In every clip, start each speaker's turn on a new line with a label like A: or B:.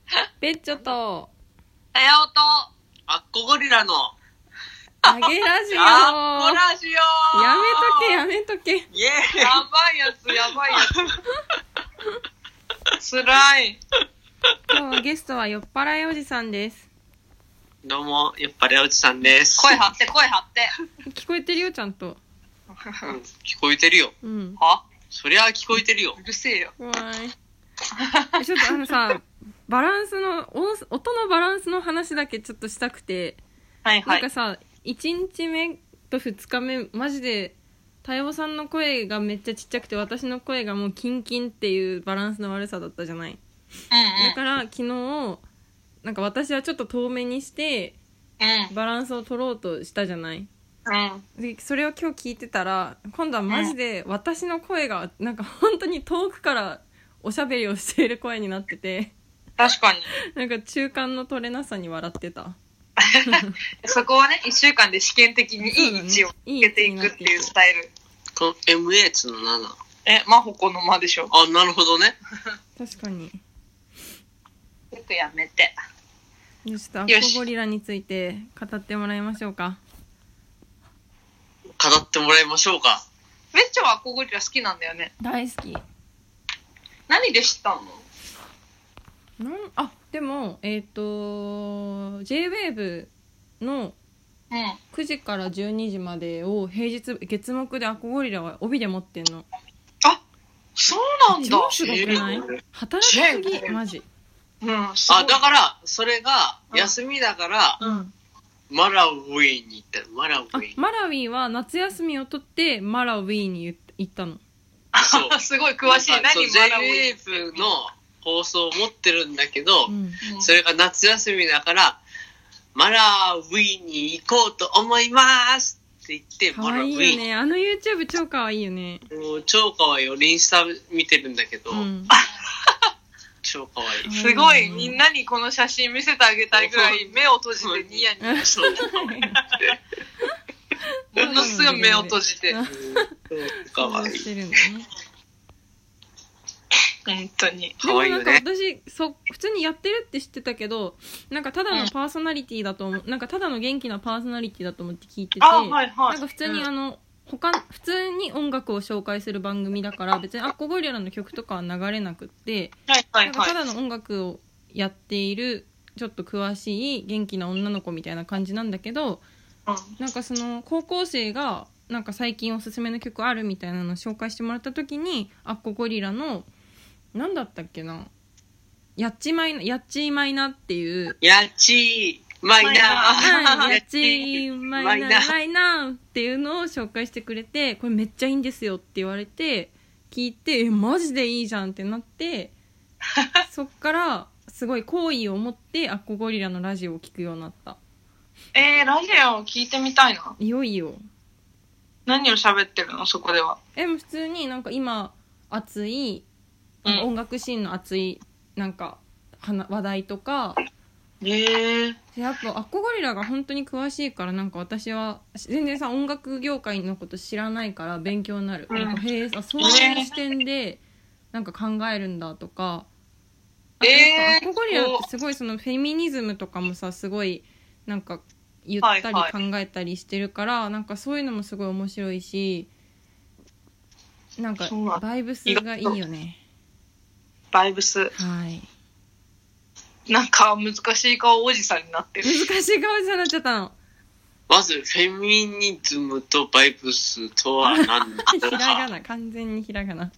A: ペッチョと
B: さやおと
C: アッコゴリラの
A: あげラジオ
B: アッコラジオ
A: やめとけ
C: イエーイ。
B: やばいやつつらい。
A: 今日ゲストは酔っ払いおじさんです。
C: どうも、酔っ払いおじさんです。
B: 声張って
A: 聞こえてるよちゃんと。
C: うん、聞こえてるよ。
B: は
C: そりゃ聞こえてるよ。
B: うるせえよ。
A: わーいちょっとさバランスの音のバランスの話だけちょっとしたくて、
B: はいはい。
A: なんかさ1日目と2日目マジで太陽さんの声がめっちゃちっちゃくて私の声がもうキンキンっていうバランスの悪さだったじゃない。だから昨日なんか私はちょっと遠目にしてバランスを取ろうとしたじゃない。でそれを今日聞いてたら今度はマジで私の声がなんか本当に遠くからおしゃべりをしている声になってて、
B: 確かに。
A: なんか中間の取れなさに笑ってた。
B: そこはね、1週間で試験的にいい位置をつけていくっていうスタイル。
C: この MH の7。
B: マホコの間でしょ。
C: あ、なるほどね。
A: 確かに。
B: ちょっとやめて。
A: ちょっとアッコゴリラについて語ってもらいましょうか。
C: 語ってもらいましょうか。
B: めっちゃはアッコゴリラ好きなんだよね。
A: 大好き。
B: 何で知ったの？
A: でもJ-WAVE の9時から12時までを平日月木でアッコゴリラは帯で持ってんの。
B: あ、そうなんだ。
A: 超すごくない？働きすぎマジ。
C: あ、だからそれが休みだから、マラウィーに行ったの。マラウィ
A: ーは夏休みを取ってマラウィーに行ったの。
B: すごい詳しい。何マラウィー
C: J-WAVE の放送を持ってるんだけど、それが夏休みだからマラウィーに行こうと思いますって言って、
A: マラウィー。かわいいよね。あの YouTube 超かわいいよね。
C: もう超かわいいよ。インスタ見てるんだけど、超かわいい。
B: すごい、みんなにこの写真見せてあげたいぐらい目を閉じてニヤニヤしてものすごい目を閉じて
C: かわいい。
B: 本当に。
A: でもなんか私普通にやってるって知ってたけど、なんかただのパーソナリティだと思う、なんかただの元気なパーソナリティだと思って聞いてて、なんか普通に普通に音楽を紹介する番組だから別にアッコゴリラの曲とかは流れなくって、なんかただの音楽をやっているちょっと詳しい元気な女の子みたいな感じなんだけど、なんかその高校生がなんか最近おすすめの曲あるみたいなのを紹介してもらった時にアッコゴリラのなんだったっけな、やっちまいなっていう
C: やっちマイナー
A: やっちマイナーっていうのを紹介してくれて、これめっちゃいいんですよって言われて聞いて、マジでいいじゃんってなってそっからすごい好意を持ってアッコゴリラのラジオを聞くようになった。
B: ラジオ聞いてみたいな。
A: いよいよ。
B: 何を喋ってるのそこでは。
A: 普通になんか今熱い音楽シーンの熱いなんか話題とか、やっぱアッコゴリラが本当に詳しいから、なんか私は全然さ音楽業界のこと知らないから勉強になる。なんかそういう視点でなんか考えるんだとか、アッコゴリラってすごいそのフェミニズムとかもさすごいなんか言ったり考えたりしてるから、なんかそういうのもすごい面白いし、なんかバイブスがいいよね。
B: バイブス。
A: はい。
B: なんか難しい顔おじさんになってる。
A: 難しい顔おじさんになっちゃったの。
C: まずフェミニズムとバイブスとは何だ
A: ひらがな、完全にひらがな。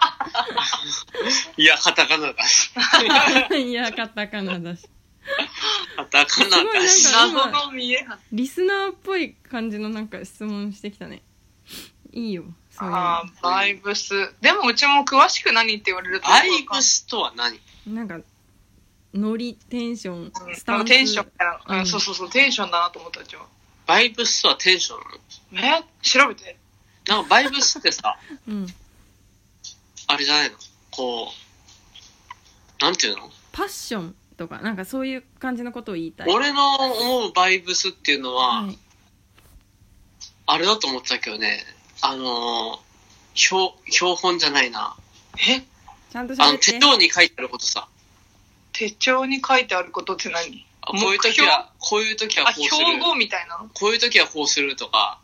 C: いやカタカナだし。
A: いやカタカナだし。
C: カタカナだし。
B: 謎の見え。
A: リスナーっぽい感じのなんか質問してきたね。いいよ。
B: バイブス。でもうちも詳しく何って言われると。
C: バイブスとは何？
A: なんかノリ、テンション、
B: スタンス。テンションみたいな。そうテンションだなと思ったじゃん。
C: バイブスとはテンションなの？
B: 調べて。
C: なんかバイブスってさ、あれじゃないの？こうなんていうの？
A: パッションとかなんかそういう感じのことを言いたい。
C: 俺の思うバイブスっていうのは、あれだと思ってたけどね。標本じゃないな。
A: ちゃんと喋って。
C: 手帳に書いてあることさ。
B: 手帳に書いてあることって何？
C: こういう時はこうする。
B: 標語みたいなの？
C: こういう時はこうするとか。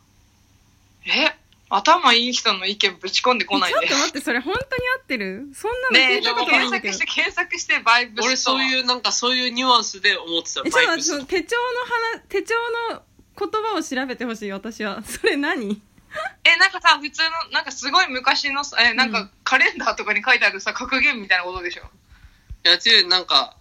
B: 頭いい人の意見ぶち込んでこないで。
A: ちょっと待って、それ本当に合ってる？そんなの聞いたことないんだけど。
B: 検索してバイブス。
C: 俺そういうニュアンスで思ってた。
A: バイブス。手帳の言葉を調べてほしい、私は。それ何？
B: なんかさ、普通の、なんかすごい昔のなんかカレンダーとかに書いてあるさ、格言みたいなことでしょ？
C: いや、違う、なんか、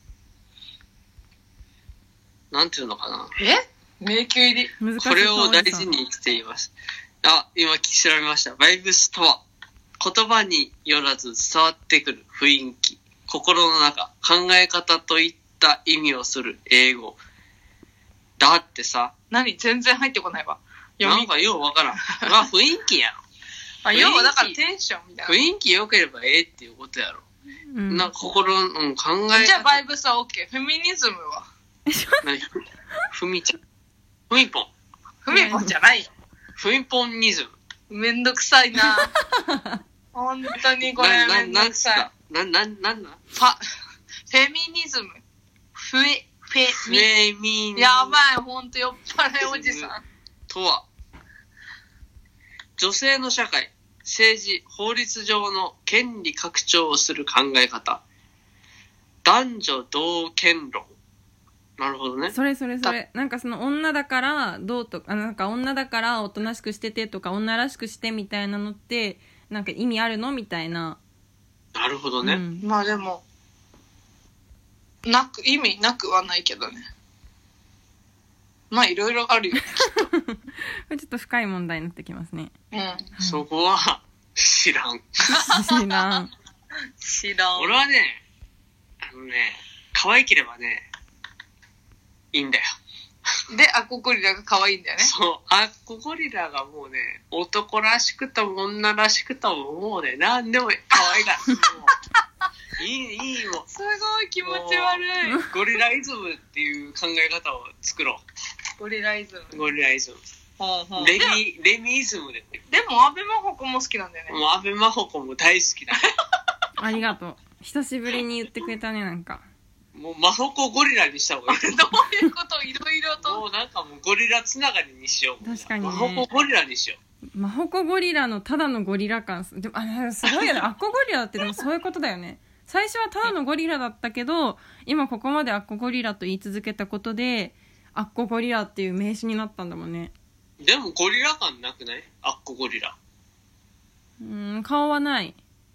C: なんていうのかな。
B: 迷宮入り。
C: これを大事にしています。今調べました。バイブスとは、言葉によらず伝わってくる雰囲気、心の中、考え方といった意味をする英語。だってさ。
B: 全然入ってこないわ。
C: なんかようわからん。雰囲気や
B: ろ。要はだからテンションみたいな。
C: 雰囲気良ければええっていうことやろ。なんか心の、考え方。
B: じゃあバイブスは OK。フェミニズムは
C: ふみちゃん。ふみぽん。
B: ふみぽんじゃないよ。
C: ふみぽんニズム。
B: めんどくさいな。本当にこれめんどくさい。
C: なんフェ
B: ミニズム。フェミニ。やばい、ほんと酔っ払いおじさん。
C: とは、女性の社会、政治、法律上の権利拡張をする考え方。男女同権論。なるほどね。
A: それ。なんかその女だからどうとか、なんか女だからおとなしくしててとか、女らしくしてみたいなのって、なんか意味あるのみたいな。
C: なるほどね。
B: まあでも、意味なくはないけどね。まあいろいろあるよね。
A: これちょっと深い問題になってきますね。
C: そこは、知らん。俺はね、可愛ければね、いいんだよ。
B: で、アッコゴリラが可愛いんだよね。
C: そう、アッコゴリラがもうね、男らしくとも女らしくとももうね、なんでも可愛がる。いいもん。
B: すごい気持ち悪い。
C: ゴリライズムっていう考え方を作ろ
B: う。ゴリライズム。
C: レミイズムで。
B: でも、安倍真帆子も好きなんだよね。
C: もう安倍真帆子も大好きだね。
A: ありがとう。久しぶりに言ってくれたね、なんか。
C: もう真帆子ゴリラにした方がいい。
B: どういうこといろいろと。
C: もうなんかもうゴリラつながりにしよう。
A: 確かにね。
C: 真帆子ゴリラにしよ
A: う。真帆子ゴリラのただのゴリラ感。でも、すごいよね。アッコゴリラってでもそういうことだよね。最初はただのゴリラだったけど、今ここまでアッコゴリラと言い続けたことで、アッコゴリラっていう名詞になったんだもんね。
C: でもゴリラ感なくない？アッコゴリラ。
A: 顔はない。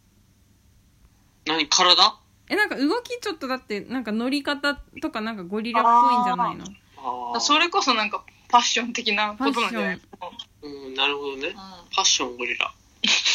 C: 何？体？
B: なん
A: か動きちょっとだって、なんか乗り方とかなんかゴリラっぽいんじゃないの？
B: それこそなんかパッション的なことなんじゃない？
C: なるほどね。パッションゴリラ。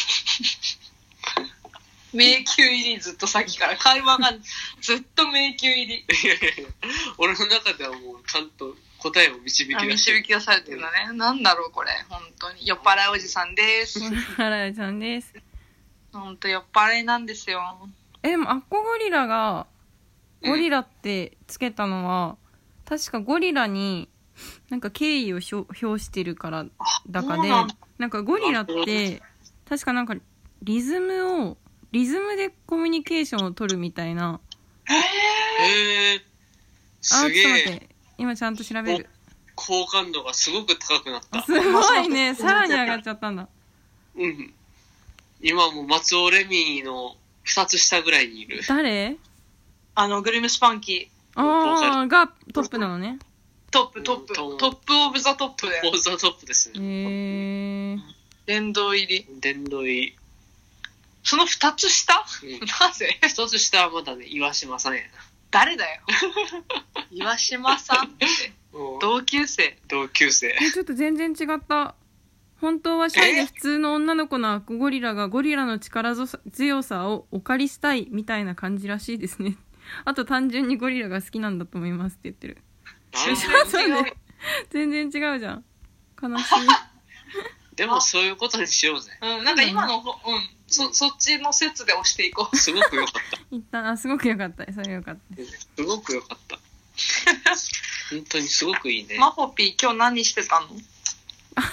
B: 迷宮入りずっとさっきから会話がずっと迷宮入り。
C: 俺の中ではもうちゃんと答えを導き
B: 出されてるのね。なんだろうこれ本当に酔っ払いおじさんです。
A: 酔っ払いおじさんです。
B: 本当酔っ払いなんですよ。
A: でもアッコゴリラがゴリラってつけたのは、確かゴリラになんか敬意を表してるからだかで、なんかゴリラって確かなんかリズムでコミュニケーションを取るみたいな。
C: すげえ。
A: ちょっと待って。今ちゃんと調べる。
C: 好感度がすごく高くなった。
A: すごいね。さらに上がっちゃったんだ。
C: 今もう松尾レミの2つ下ぐらいにいる。
A: 誰？
B: グリムスパンキ
A: ー。がトップなのね。
B: トップオブザトップで。
C: オブザトップですね。
B: 殿堂入り。その2つ下？なぜ
C: ？1つ下はまだね、岩島さんやな。
B: 誰だよ。岩島さんって。同級生。
A: ちょっと全然違った。本当はシャイで普通の女の子のアッコゴリラがゴリラの力強さをお借りしたいみたいな感じらしいですね。あと単純にゴリラが好きなんだと思いますって言ってる。全然違うじゃん。悲しい。
C: でもそういうことにしようぜ。
B: なんか今の、そっちの説で押していこう。
C: すごくよかった。
A: 一旦、すごくよかった。それよかった。
C: すごくよかった。本当にすごくいいね。
B: マホピー今日何してたの？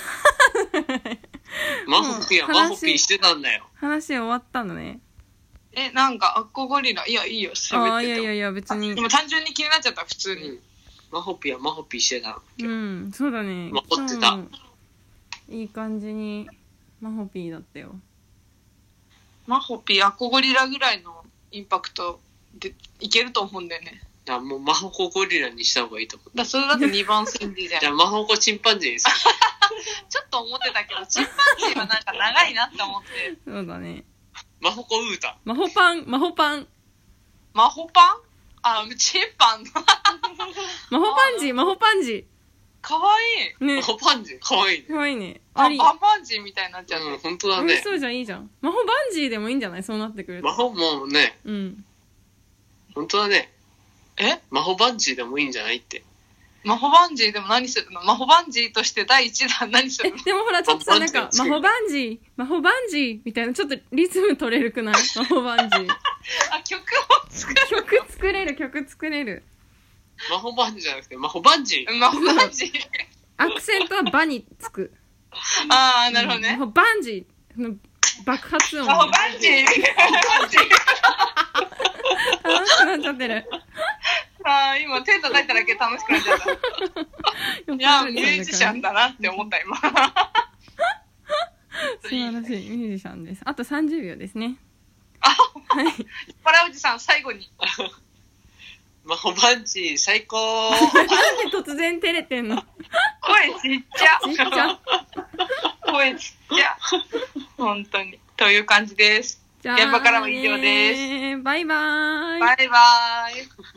C: マホピーしてたんだよ。
A: 話終わったのね。
B: なんか、アッコゴリラ。いや、いいよ、喋ってて。
A: いや、別に。
B: 今単純に気になっちゃった、普通に。
C: マホピーはマホピーしてたの。
A: そうだね。
C: 守ってた。
A: いい感じに、マホピーだったよ。
B: マホピー、アッコゴリラぐらいのインパクトでいけると思うんだよね。
C: もうマホコゴリラにした方がいいと思う。
B: それだと2番煎じじゃん。
C: じゃあマホコチンパンジーですよ。
B: ちょっと思ってたけど、チンパンジーはなんか長いなって思って。
A: そうだね。
C: マホコウータ。
A: マホパン。
B: マホパンチンパン。
A: マホパンジ。
B: かわい
A: い。ね。
C: マホパンジかわいいね。
A: かわいいね。
B: バンバンジーみたいになっちゃう。
C: 本当だね。
A: そうじゃん、いいじゃん。マホバンジーでもいいんじゃない？そうなってくると。
C: マホもね。本当だね。マホバンジーでもいいんじゃないって。
B: マホバンジーでも何するの？マホバンジーとして第一弾何するの？
A: でもほら、ちょっとさ、なんか、マホバンジーみたいな、ちょっとリズム取れるくない？マホバンジー。
B: 曲を
A: 作れる。
C: マホバンジーじゃなくて、マホバンジー。
B: マホバンジー。
A: アクセントはバにつく。
B: なるほどね。
A: マホバンジー。爆発音。
B: マホバンジー。
A: 楽しくなっちゃってる。
B: 今手叩いただけ楽しくなっちゃった。いや、ミュージシャンだなって思った、今。
A: 素晴らしい、ミュージシャンです。あと30秒ですね。
B: はい。パラおじさん、最後に。
C: マホバンジー、最高。
A: なんで突然照れてんの？
B: 声ちっちゃ。声ちっちゃ。本当に。という感じです。現場からは以上です。
A: バイバーイ。
B: バイバーイ。